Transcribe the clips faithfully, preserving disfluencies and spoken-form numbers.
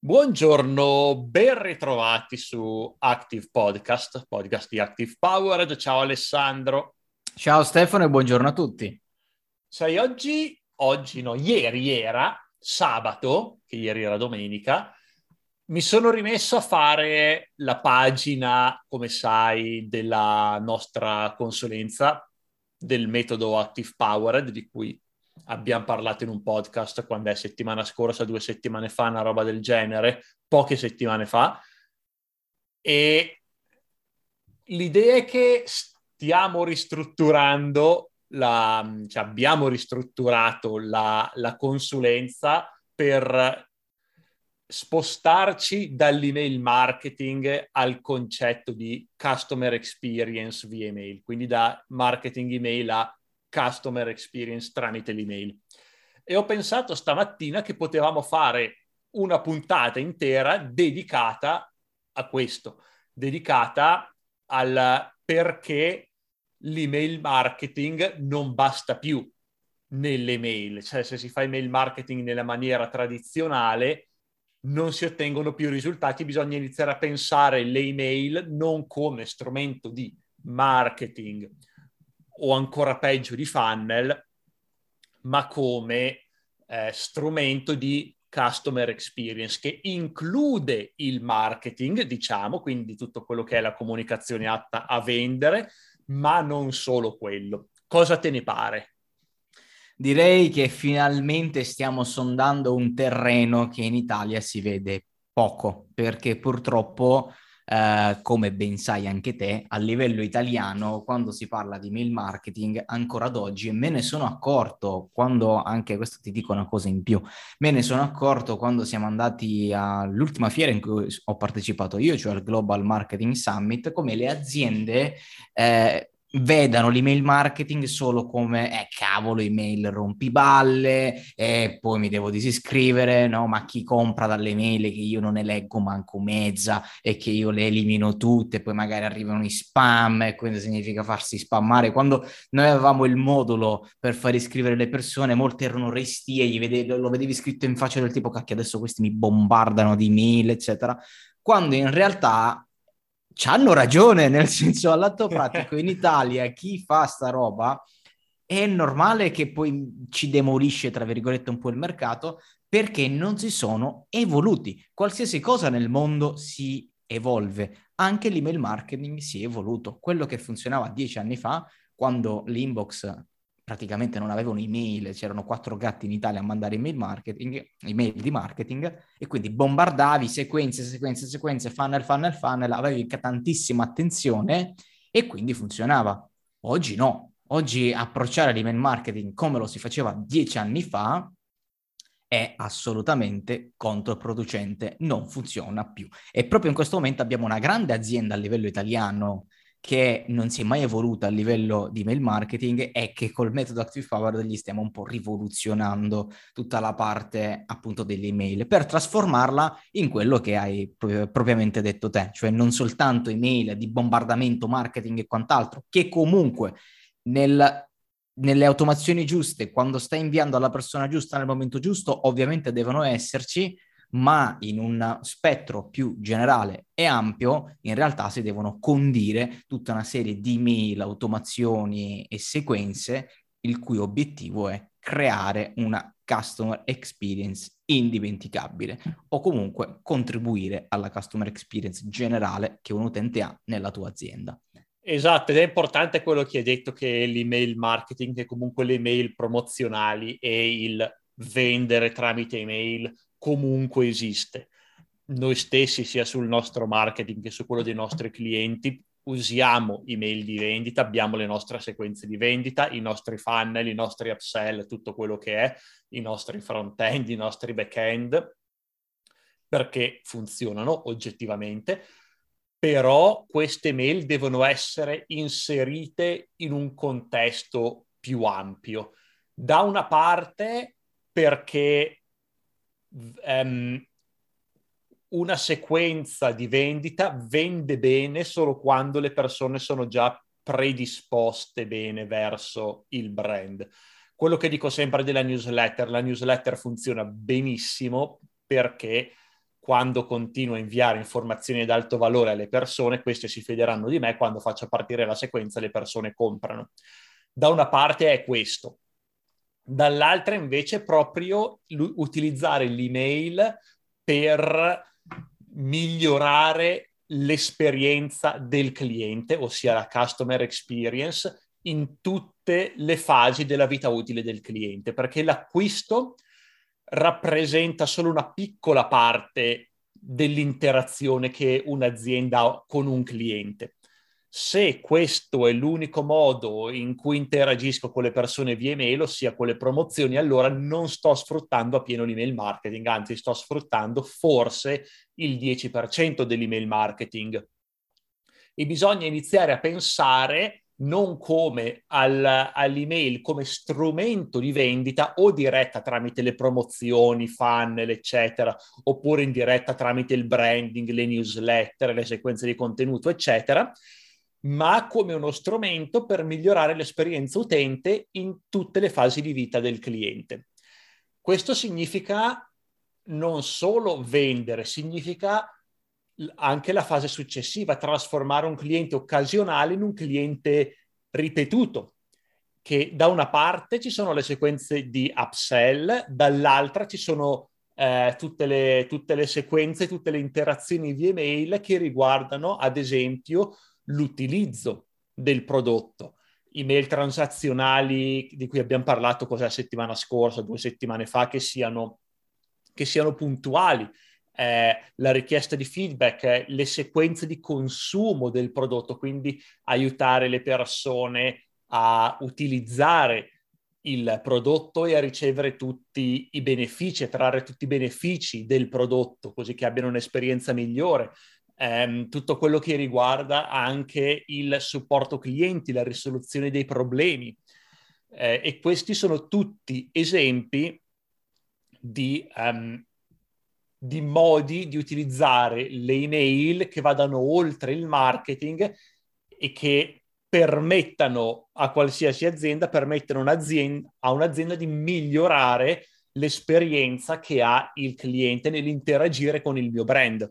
Buongiorno, ben ritrovati su Active Podcast, podcast di Active Powered. Ciao Alessandro. Ciao Stefano e buongiorno a tutti. Sai, oggi, oggi no, ieri era sabato, che ieri era domenica, mi sono rimesso a fare la pagina, come sai, della nostra consulenza del metodo Active Powered, di cui abbiamo parlato in un podcast quando è settimana scorsa, due settimane fa, una roba del genere, poche settimane fa. E l'idea è che stiamo ristrutturando la, cioè abbiamo ristrutturato la, la consulenza per spostarci dall'email marketing al concetto di customer experience via email, quindi da marketing email a customer experience tramite l'email. E ho pensato stamattina che potevamo fare una puntata intera dedicata a questo, dedicata al perché l'email marketing non basta più nelle mail, cioè se si fa email marketing nella maniera tradizionale non si ottengono più risultati, bisogna iniziare a pensare le email non come strumento di marketing o ancora peggio di funnel, ma come eh, strumento di customer experience che include il marketing, diciamo, quindi tutto quello che è la comunicazione atta a vendere, ma non solo quello. Cosa te ne pare? Direi che finalmente stiamo sondando un terreno che in Italia si vede poco, perché purtroppo, eh, come ben sai anche te, a livello italiano, quando si parla di mail marketing, ancora ad oggi, me ne sono accorto quando, anche questo ti dico una cosa in più, me ne sono accorto quando siamo andati all'ultima fiera in cui ho partecipato io, cioè al Global Marketing Summit, come le aziende eh, vedano l'email marketing solo come, eh, cavolo, email rompiballe, e poi mi devo disiscrivere, no? Ma chi compra dalle mail che io non ne leggo manco mezza e che io le elimino tutte, poi magari arrivano i spam e quindi significa farsi spammare. Quando noi avevamo il modulo per far iscrivere le persone, molte erano restie, gli vede- lo vedevi scritto in faccia del tipo, cacchio, adesso questi mi bombardano di mail, eccetera. Quando in realtà c'hanno ragione, nel senso, all'atto pratico in Italia chi fa sta roba è normale che poi ci demolisce, tra virgolette, un po' il mercato perché non si sono evoluti. Qualsiasi cosa nel mondo si evolve, anche l'email marketing si è evoluto. Quello che funzionava dieci anni fa, quando l'inbox praticamente non aveva un'email, c'erano quattro gatti in Italia a mandare email marketing, email di marketing, e quindi bombardavi sequenze, sequenze, sequenze, funnel, funnel, funnel, avevi tantissima attenzione e quindi funzionava. Oggi no. Oggi approcciare l'email marketing come lo si faceva dieci anni fa è assolutamente controproducente, non funziona più. E proprio in questo momento abbiamo una grande azienda a livello italiano che non si è mai evoluta a livello di mail marketing e che col metodo Active Power gli stiamo un po' rivoluzionando tutta la parte appunto delle email per trasformarla in quello che hai pro- propriamente detto te, cioè non soltanto email di bombardamento, marketing e quant'altro, che comunque nel, nelle automazioni giuste, quando stai inviando alla persona giusta nel momento giusto, ovviamente devono esserci, ma in un spettro più generale e ampio, in realtà si devono condire tutta una serie di mail, automazioni e sequenze, il cui obiettivo è creare una customer experience indimenticabile o comunque contribuire alla customer experience generale che un utente ha nella tua azienda. Esatto, ed è importante quello che hai detto, che l'email marketing, che comunque le email promozionali e il vendere tramite email comunque esiste. Noi stessi, sia sul nostro marketing che su quello dei nostri clienti, usiamo email di vendita, abbiamo le nostre sequenze di vendita, i nostri funnel, i nostri upsell, tutto quello che è, i nostri front-end, i nostri back-end, perché funzionano oggettivamente, però queste mail devono essere inserite in un contesto più ampio. Da una parte perché um, una sequenza di vendita vende bene solo quando le persone sono già predisposte bene verso il brand. Quello che dico sempre della newsletter, la newsletter funziona benissimo perché quando continuo a inviare informazioni ad alto valore alle persone, queste si fideranno di me, quando faccio partire la sequenza le persone comprano. Da una parte è questo, dall'altra invece proprio utilizzare l'email per migliorare l'esperienza del cliente, ossia la customer experience, in tutte le fasi della vita utile del cliente, perché l'acquisto rappresenta solo una piccola parte dell'interazione che un'azienda ha con un cliente. Se questo è l'unico modo in cui interagisco con le persone via email, ossia con le promozioni, allora non sto sfruttando a pieno l'email marketing, anzi sto sfruttando forse il dieci per cento dell'email marketing. E bisogna iniziare a pensare non come al, all'email come strumento di vendita o diretta tramite le promozioni, funnel, eccetera, oppure in diretta tramite il branding, le newsletter, le sequenze di contenuto, eccetera, ma come uno strumento per migliorare l'esperienza utente in tutte le fasi di vita del cliente. Questo significa non solo vendere, significa anche la fase successiva, trasformare un cliente occasionale in un cliente ripetuto, che da una parte ci sono le sequenze di upsell, dall'altra ci sono eh, tutte, le, tutte le sequenze, tutte le interazioni via email che riguardano, ad esempio, l'utilizzo del prodotto. Email transazionali di cui abbiamo parlato cosa la settimana scorsa, due settimane fa, che siano, che siano puntuali. Eh, la richiesta di feedback, eh, le sequenze di consumo del prodotto, quindi aiutare le persone a utilizzare il prodotto e a ricevere tutti i benefici, a trarre tutti i benefici del prodotto, così che abbiano un'esperienza migliore. Eh, tutto quello che riguarda anche il supporto clienti, la risoluzione dei problemi. Eh, e questi sono tutti esempi di... Um, di modi di utilizzare le email che vadano oltre il marketing e che permettano a qualsiasi azienda, permettono un'azienda, a un'azienda di migliorare l'esperienza che ha il cliente nell'interagire con il mio brand.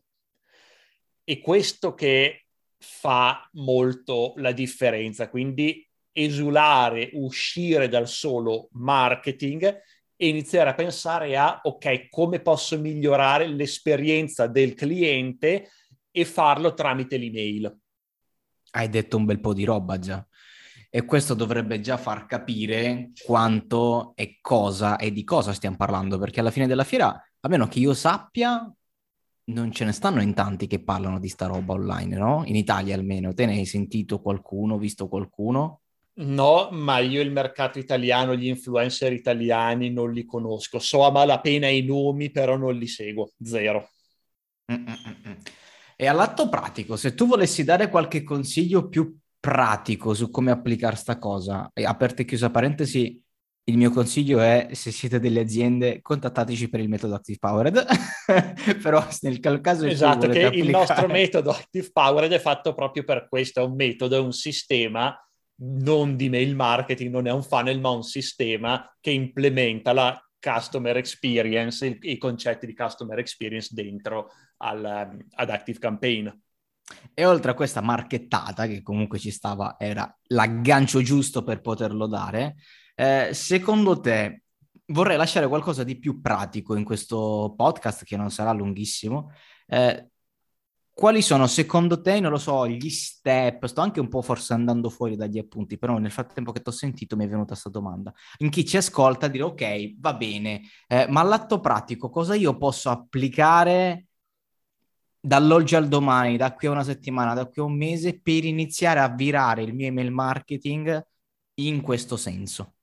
E questo che fa molto la differenza, quindi esulare, uscire dal solo marketing e iniziare a pensare a, ok, come posso migliorare l'esperienza del cliente e farlo tramite l'email. Hai detto un bel po' di roba già. E questo dovrebbe già far capire quanto e cosa e di cosa stiamo parlando, perché alla fine della fiera, a meno che io sappia, non ce ne stanno in tanti che parlano di sta roba online, no? In Italia almeno. Te ne hai sentito qualcuno, visto qualcuno? No, ma io il mercato italiano, gli influencer italiani non li conosco. So a malapena i nomi, però non li seguo. Zero. Mm-mm-mm. E all'atto pratico, se tu volessi dare qualche consiglio più pratico su come applicare sta cosa, e aperta e chiusa parentesi, il mio consiglio è, se siete delle aziende, contattateci per il metodo Active Powered, però nel caso in cui Esatto, che volete il nostro applicare... metodo Active Powered è fatto proprio per questo, è un metodo, è un sistema non di mail marketing, non è un funnel, ma un sistema che implementa la customer experience, il, i concetti di customer experience dentro al, ad Active Campaign. E oltre a questa marchettata, che comunque ci stava, era l'aggancio giusto per poterlo dare, eh, secondo te vorrei lasciare qualcosa di più pratico in questo podcast, che non sarà lunghissimo. Eh, quali sono secondo te, non lo so, gli step? Sto anche un po' forse andando fuori dagli appunti, però nel frattempo che ti ho sentito mi è venuta questa domanda. In chi ci ascolta dire, ok, va bene, eh, ma all'atto pratico cosa io posso applicare dall'oggi al domani, da qui a una settimana, da qui a un mese, per iniziare a virare il mio email marketing in questo senso?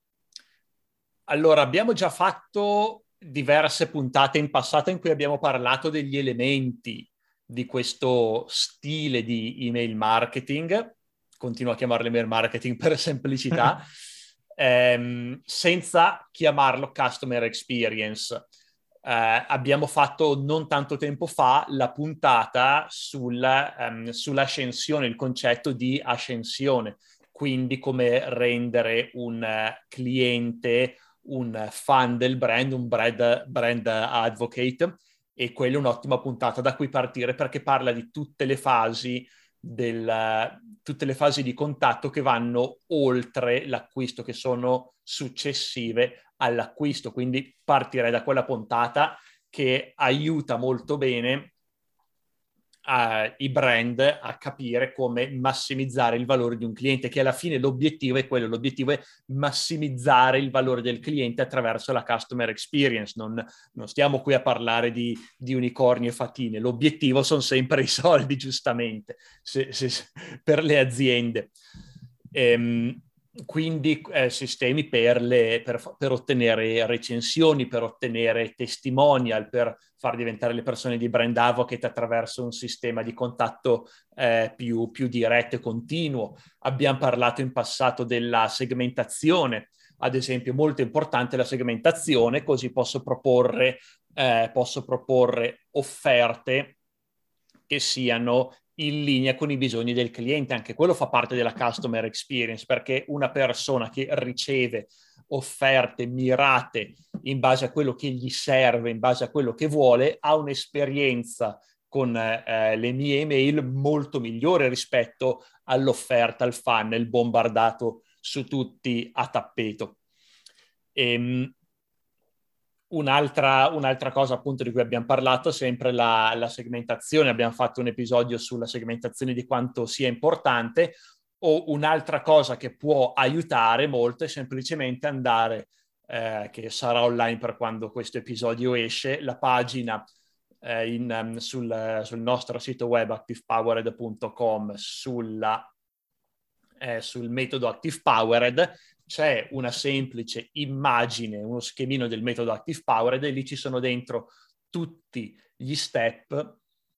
Allora, abbiamo già fatto diverse puntate in passato in cui abbiamo parlato degli elementi di questo stile di email marketing, continuo a chiamarlo email marketing per semplicità, ehm, senza chiamarlo customer experience. Eh, abbiamo fatto non tanto tempo fa la puntata sul, um, sull'ascensione, il concetto di ascensione, quindi come rendere un uh, cliente un fan del brand, un brand, brand advocate, e quella è un'ottima puntata da cui partire, perché parla di tutte le fasi del, tutte le fasi di contatto che vanno oltre l'acquisto, che sono successive all'acquisto. Quindi partirei da quella puntata che aiuta molto bene Uh, i brand a capire come massimizzare il valore di un cliente, che alla fine l'obiettivo è quello, l'obiettivo è massimizzare il valore del cliente attraverso la customer experience. Non, non stiamo qui a parlare di, di unicorni e fatine, l'obiettivo sono sempre i soldi, giustamente, se, se, per le aziende. Ehm, quindi eh, sistemi per, le, per, per ottenere recensioni, per ottenere testimonial, per far diventare le persone di brand advocate attraverso un sistema di contatto eh, più, più diretto e continuo. Abbiamo parlato in passato della segmentazione, ad esempio, molto importante la segmentazione, così posso proporre, eh, posso proporre offerte che siano in linea con i bisogni del cliente. Anche quello fa parte della customer experience, perché una persona che riceve offerte mirate in base a quello che gli serve, in base a quello che vuole, ha un'esperienza con eh, le mie email molto migliore rispetto all'offerta, al funnel bombardato su tutti a tappeto. Ehm, Un'altra, un'altra cosa appunto di cui abbiamo parlato, sempre la, la segmentazione. Abbiamo fatto un episodio sulla segmentazione, di quanto sia importante. O un'altra cosa che può aiutare molto è semplicemente andare, eh, che sarà online per quando questo episodio esce, la pagina eh, in, um, sul, sul nostro sito web active powered punto com, sulla, eh, sul metodo Active Powered. C'è una semplice immagine, uno schemino del metodo Active Powered, e lì ci sono dentro tutti gli step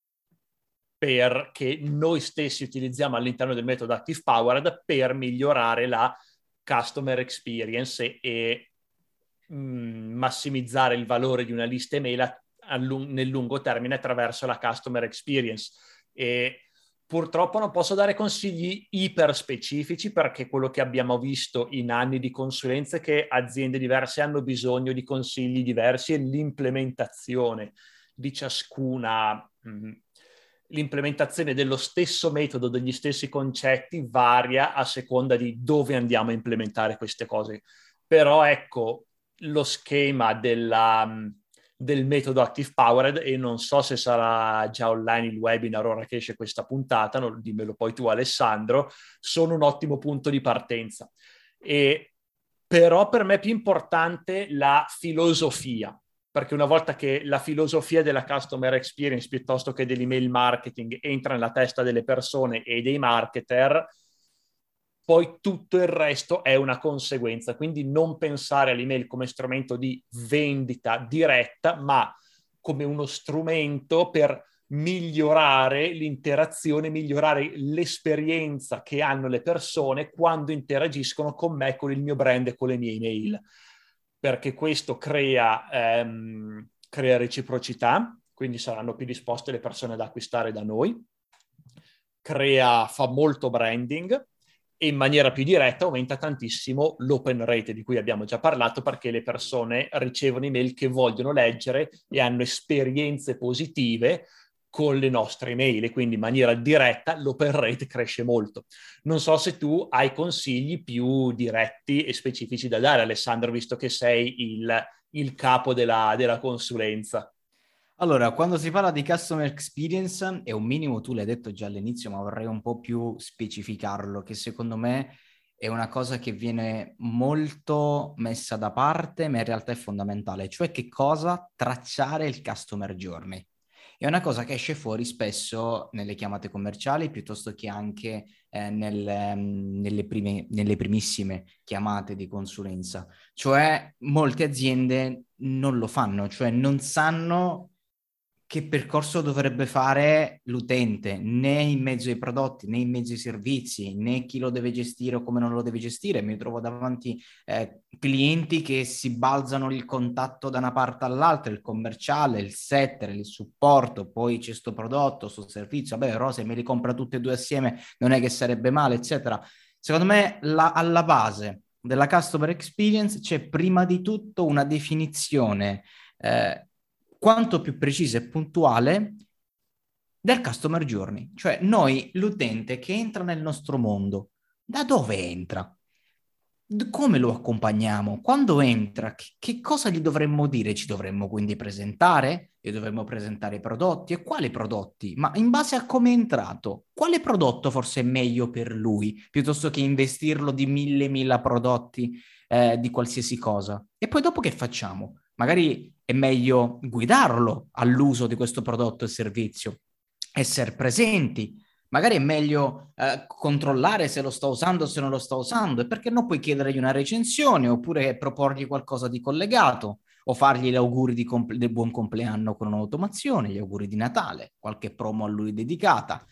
che noi stessi utilizziamo all'interno del metodo Active Powered per migliorare la customer experience e, e mh, massimizzare il valore di una lista email a, a lung- nel lungo termine attraverso la customer experience. E purtroppo non posso dare consigli iper specifici, perché quello che abbiamo visto in anni di consulenza è che aziende diverse hanno bisogno di consigli diversi, e l'implementazione di ciascuna, mh, l'implementazione dello stesso metodo, degli stessi concetti, varia a seconda di dove andiamo a implementare queste cose. Però ecco, lo schema della... del metodo Active Powered, e non so se sarà già online il webinar ora che esce questa puntata, non, dimmelo poi tu Alessandro, sono un ottimo punto di partenza. E però per me è più importante la filosofia, perché una volta che la filosofia della customer experience piuttosto che dell'email marketing entra nella testa delle persone e dei marketer, poi tutto il resto è una conseguenza. Quindi non pensare all'email come strumento di vendita diretta, ma come uno strumento per migliorare l'interazione, migliorare l'esperienza che hanno le persone quando interagiscono con me, con il mio brand e con le mie email. Perché questo crea, ehm, crea reciprocità, quindi saranno più disposte le persone ad acquistare da noi, crea, fa molto branding, e in maniera più diretta aumenta tantissimo l'open rate di cui abbiamo già parlato, perché le persone ricevono email che vogliono leggere e hanno esperienze positive con le nostre email, e quindi in maniera diretta l'open rate cresce molto. Non so se tu hai consigli più diretti e specifici da dare, Alessandro, visto che sei il, il capo della, della consulenza. Allora, quando si parla di customer experience, è un minimo, tu l'hai detto già all'inizio, ma vorrei un po' più specificarlo, che secondo me è una cosa che viene molto messa da parte, ma in realtà è fondamentale, cioè che cosa? Tracciare il customer journey. È una cosa che esce fuori spesso nelle chiamate commerciali, piuttosto che anche eh, nel, um, nelle, prime, nelle primissime chiamate di consulenza. Cioè, molte aziende non lo fanno, cioè non sanno che percorso dovrebbe fare l'utente, né in mezzo ai prodotti, né in mezzo ai servizi, né chi lo deve gestire o come non lo deve gestire. Mi trovo davanti eh, clienti che si balzano il contatto da una parte all'altra, il commerciale, il setter, il supporto, poi c'è sto prodotto, sto servizio, vabbè, però se me li compra tutti e due assieme non è che sarebbe male, eccetera. Secondo me la, alla base della customer experience c'è prima di tutto una definizione eh, quanto più precisa e puntuale del customer journey. Cioè noi, l'utente che entra nel nostro mondo, da dove entra? Come lo accompagniamo? Quando entra? Che, che cosa gli dovremmo dire? Ci dovremmo quindi presentare? Gli dovremmo presentare i prodotti? E quali prodotti? Ma in base a come è entrato, quale prodotto forse è meglio per lui, piuttosto che investirlo di mille, mille prodotti eh, di qualsiasi cosa? E poi dopo che facciamo? Magari è meglio guidarlo all'uso di questo prodotto e servizio, essere presenti. Magari è meglio eh, controllare se lo sta usando o se non lo sta usando, e perché no puoi chiedergli una recensione oppure proporgli qualcosa di collegato o fargli gli auguri di comple- del buon compleanno con un'automazione, gli auguri di Natale, qualche promo a lui dedicata.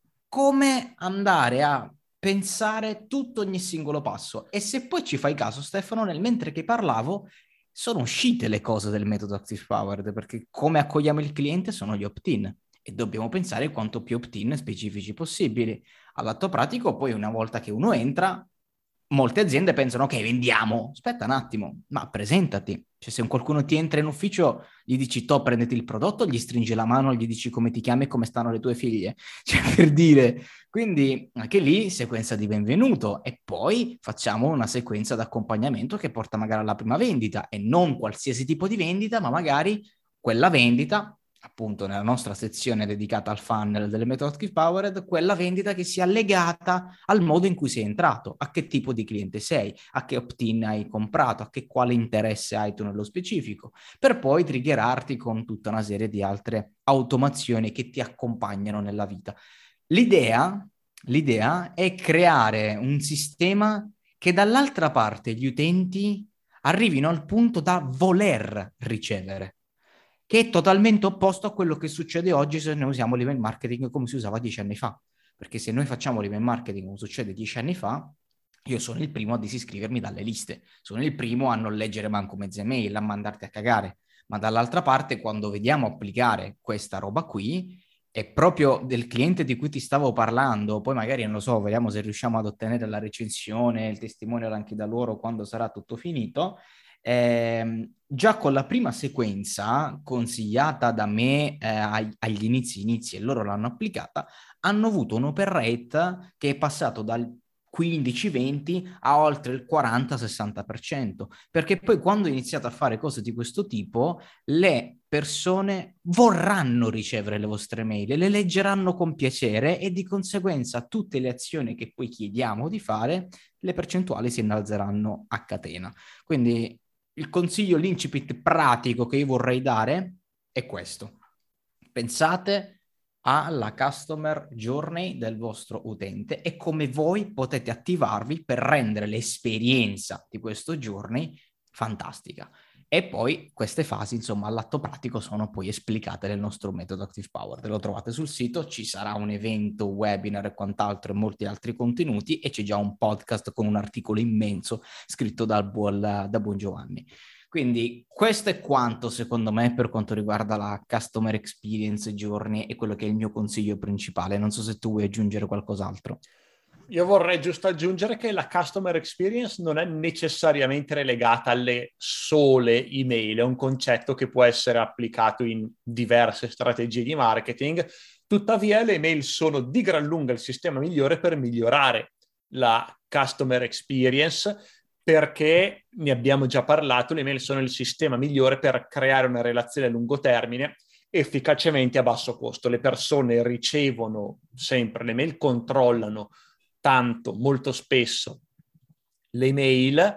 Come andare a pensare tutto ogni singolo passo. E se poi ci fai caso, Stefano, nel mentre che parlavo, sono uscite le cose del metodo Active Powered, perché come accogliamo il cliente sono gli opt-in e dobbiamo pensare quanto più opt-in specifici possibili. All'atto pratico, poi una volta che uno entra, molte aziende pensano, ok, vendiamo. Aspetta un attimo, ma presentati. Cioè, se un qualcuno ti entra in ufficio, gli dici, to, prenditi il prodotto, gli stringi la mano, gli dici come ti chiami e come stanno le tue figlie. Cioè, per dire. Quindi, anche lì, sequenza di benvenuto. E poi facciamo una sequenza d'accompagnamento che porta magari alla prima vendita. E non qualsiasi tipo di vendita, ma magari quella vendita, appunto nella nostra sezione dedicata al funnel delle Method Active Powered, quella vendita che sia legata al modo in cui sei entrato, a che tipo di cliente sei, a che opt-in hai comprato, a che quale interesse hai tu nello specifico, per poi triggerarti con tutta una serie di altre automazioni che ti accompagnano nella vita. L'idea, l'idea è creare un sistema che dall'altra parte gli utenti arrivino al punto da voler ricevere, che è totalmente opposto a quello che succede oggi se noi usiamo l'email marketing come si usava dieci anni fa. Perché se noi facciamo l'email marketing come succede dieci anni fa, io sono il primo a disiscrivermi dalle liste, sono il primo a non leggere manco mezza mail, a mandarti a cagare. Ma dall'altra parte, quando vediamo applicare questa roba qui, è proprio del cliente di cui ti stavo parlando, poi magari non lo so, vediamo se riusciamo ad ottenere la recensione, il testimonial anche da loro quando sarà tutto finito. Eh, già con la prima sequenza consigliata da me eh, ag- agli inizi, inizi e loro l'hanno applicata, hanno avuto un open rate che è passato dal quindici venti a oltre il quaranta sessanta per cento, perché poi quando ho iniziato a fare cose di questo tipo, le persone vorranno ricevere le vostre mail, le leggeranno con piacere e di conseguenza tutte le azioni che poi chiediamo di fare, le percentuali si innalzeranno a catena. Quindi il consiglio, l'incipit pratico che io vorrei dare è questo. Pensate alla customer journey del vostro utente e come voi potete attivarvi per rendere l'esperienza di questo journey fantastica. E poi queste fasi, insomma, all'atto pratico sono poi esplicate nel nostro metodo Active Power. Lo trovate sul sito, ci sarà un evento, webinar e quant'altro e molti altri contenuti e c'è già un podcast con un articolo immenso scritto dal buon, da buon Giovanni. Quindi questo è quanto secondo me per quanto riguarda la customer experience journey e quello che è il mio consiglio principale. Non so se tu vuoi aggiungere qualcos'altro. Io vorrei giusto aggiungere che la customer experience non è necessariamente relegata alle sole email, è un concetto che può essere applicato in diverse strategie di marketing. Tuttavia le email sono di gran lunga il sistema migliore per migliorare la customer experience, perché ne abbiamo già parlato, le email sono il sistema migliore per creare una relazione a lungo termine efficacemente a basso costo. Le persone ricevono sempre le mail, controllano tanto, molto spesso le mail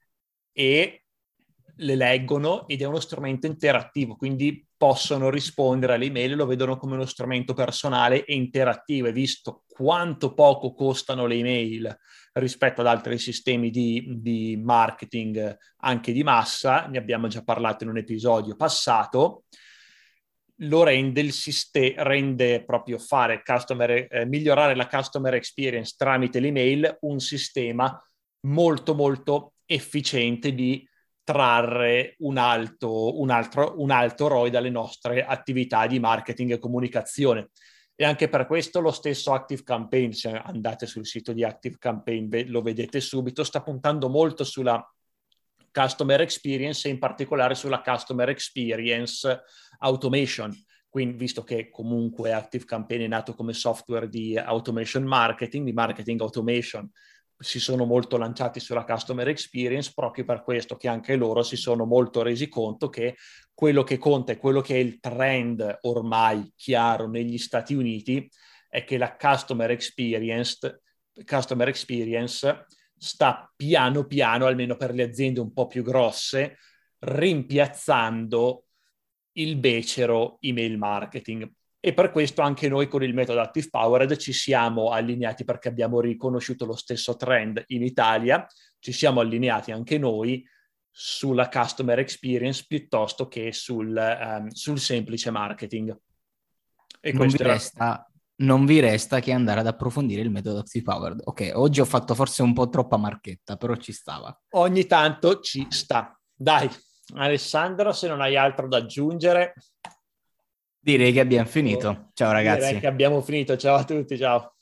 e le leggono ed è uno strumento interattivo, quindi possono rispondere alle email, lo vedono come uno strumento personale e interattivo. E visto quanto poco costano le email rispetto ad altri sistemi di, di marketing anche di massa, ne abbiamo già parlato in un episodio passato, lo rende il sistema, rende proprio fare customer, eh, migliorare la customer experience tramite l'email un sistema molto molto efficiente di trarre un alto, un altro, un alto R O I dalle nostre attività di marketing e comunicazione. E anche per questo lo stesso Active Campaign, se andate sul sito di Active Campaign lo vedete subito, sta puntando molto sulla customer experience e in particolare sulla customer experience automation. Quindi, visto che comunque ActiveCampaign è nato come software di automation marketing, di marketing automation, si sono molto lanciati sulla customer experience proprio per questo, che anche loro si sono molto resi conto che quello che conta e quello che è il trend ormai chiaro negli Stati Uniti è che la customer experience, customer experience sta piano piano, almeno per le aziende un po' più grosse, rimpiazzando il becero email marketing. E per questo anche noi con il metodo Active Powered ci siamo allineati, perché abbiamo riconosciuto lo stesso trend in Italia, ci siamo allineati anche noi sulla customer experience piuttosto che sul, um, sul semplice marketing. E Non vi questo era... resta, non vi resta che andare ad approfondire il metodo Active Powered. Ok, oggi ho fatto forse un po' troppa marchetta, però ci stava. Ogni tanto ci sta. Dai, Alessandro, se non hai altro da aggiungere... Direi che abbiamo finito. Ciao Direi ragazzi. che abbiamo finito. Ciao a tutti, ciao.